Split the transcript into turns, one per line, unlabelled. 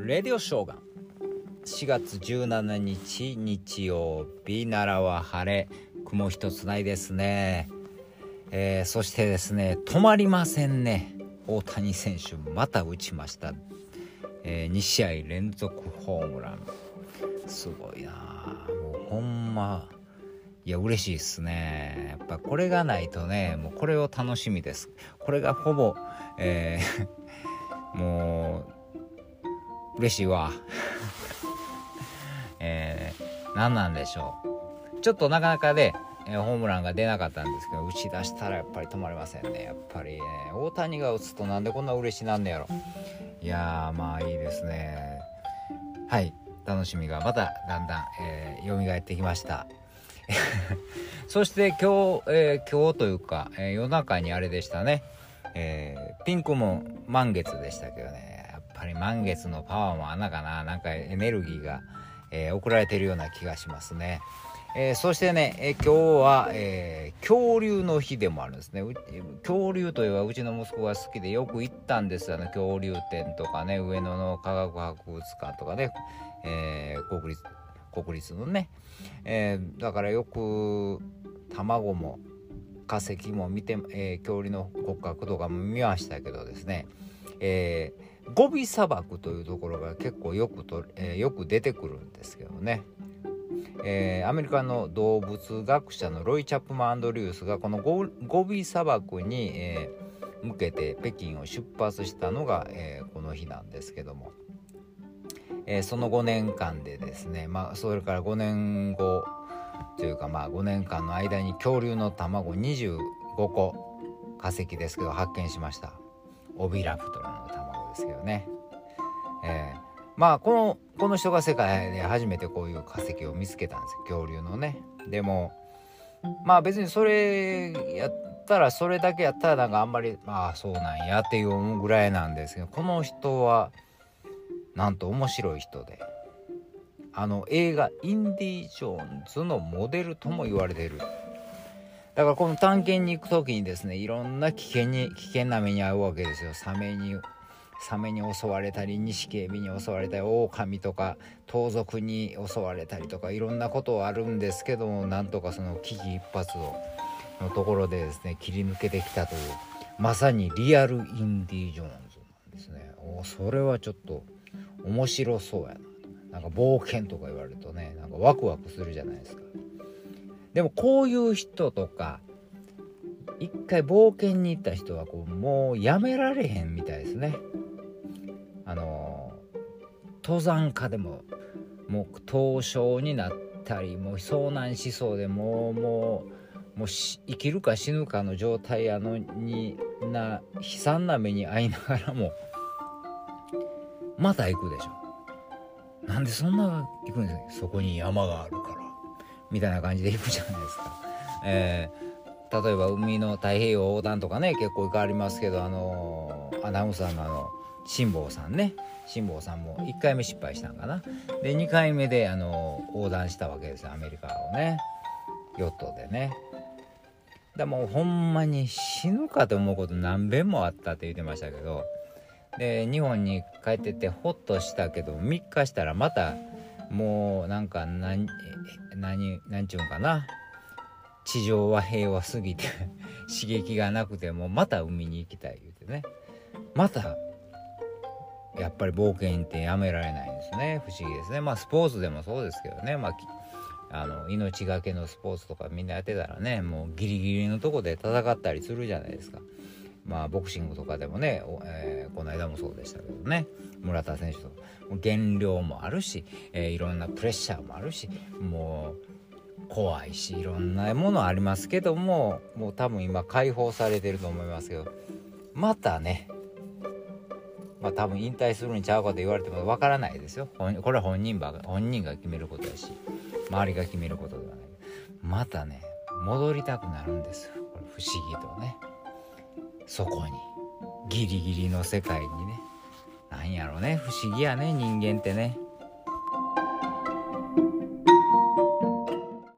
レディオショーガン4月17日日曜日、奈良は晴れ、雲一つないですね。そしてですね、止まりませんね。大谷選手また打ちました。2試合連続ホームラン、すごいな。もうほんまいや嬉しいですね。やっぱこれがないとね、もうこれを楽しみです。これがほぼ、もう嬉しいわ何なんでしょう。ちょっとなかなかね、ホームランが出なかったんですけど、打ち出したらやっぱり止まりませんね。やっぱり、大谷が打つとなんでこんな嬉しなんねやろ。いやー、まあいいですね。はい、楽しみがまただんだん、蘇ってきましたそして今日というか、夜中にあれでしたね、ピンクも満月でしたけどね、やっぱり満月のパワーもあんなかな、なんかエネルギーが、送られているような気がしますね。そしてね、今日は、恐竜の日でもあるんですね。恐竜といえばうちの息子が好きでよく行ったんですよね。恐竜展とかね、上野の科学博物館とかね、国立のね、だからよく卵も化石も見て、恐竜の骨格とかも見ましたけどですね、ゴビ砂漠というところが結構よく出てくるんですけどね、アメリカの動物学者のロイ・チャップマン・アンドリュースがこのゴビ砂漠に、向けて北京を出発したのが、この日なんですけども、その5年間でですね、それから5年後というか、5年間の間に恐竜の卵25個化石ですけど発見しました。オビラプトルの卵ですけどね、この人が世界で初めてこういう化石を見つけたんですよ、恐竜のね。でも別にそれだけやったらなんかあんまりそうなんやっていうぐらいなんですけど、この人はなんと面白い人で、映画インディ・ジョーンズのモデルとも言われている。だからこの探検に行く時にですね、いろんな危険な目に遭うわけですよ。サメに襲われたり、ニシキヘビに襲われたり、オオカミとか盗賊に襲われたりとか、いろんなことはあるんですけども、なんとかその危機一髪のところでですね切り抜けてきたという、まさにリアルインディ・ジョーンズなんですね。それはちょっと面白そうやな。なんか冒険とか言われるとね、なんかワクワクするじゃないですか。でもこういう人とか一回冒険に行った人はもうやめられへんみたいですね。登山家でももう凍傷になったり、もう遭難しそうでもう生きるか死ぬかの状態やのに悲惨な目に遭いながらもまた行くでしょ。なんでそんな行くんですか。そこに山があるからみたいな感じで行くじゃないですか。例えば海の太平洋横断とかね、結構行かれますけど、アナウンサーの辛坊さんも1回目失敗したんかな。で2回目で横断したわけですよ、アメリカをね、ヨットでね。だもうほんまに死ぬかと思うこと何遍もあったって言ってましたけど、で日本に帰ってってホッとしたけど、3日したらまたもうなんかなんちゅうんかな、地上は平和すぎて刺激がなくてもまた海に行きたい言うてね、またやっぱり冒険ってやめられないんですね。不思議ですね。スポーツでもそうですけどね、命がけのスポーツとかみんなやってたらね、もうギリギリのとこで戦ったりするじゃないですか。ボクシングとかでもね、この間もそうでしたけどね、村田選手と減量もあるし、いろんなプレッシャーもあるし、もう怖いし、いろんなものありますけども、もう多分今解放されてると思いますけど、またね、多分引退するんちゃうかと言われてもわからないですよ。これは本人が決めることやし、周りが決めることではない。またね戻りたくなるんですよ。これ不思議とね、そこにギリギリの世界にね、なんやろね、不思議やね、人間ってね。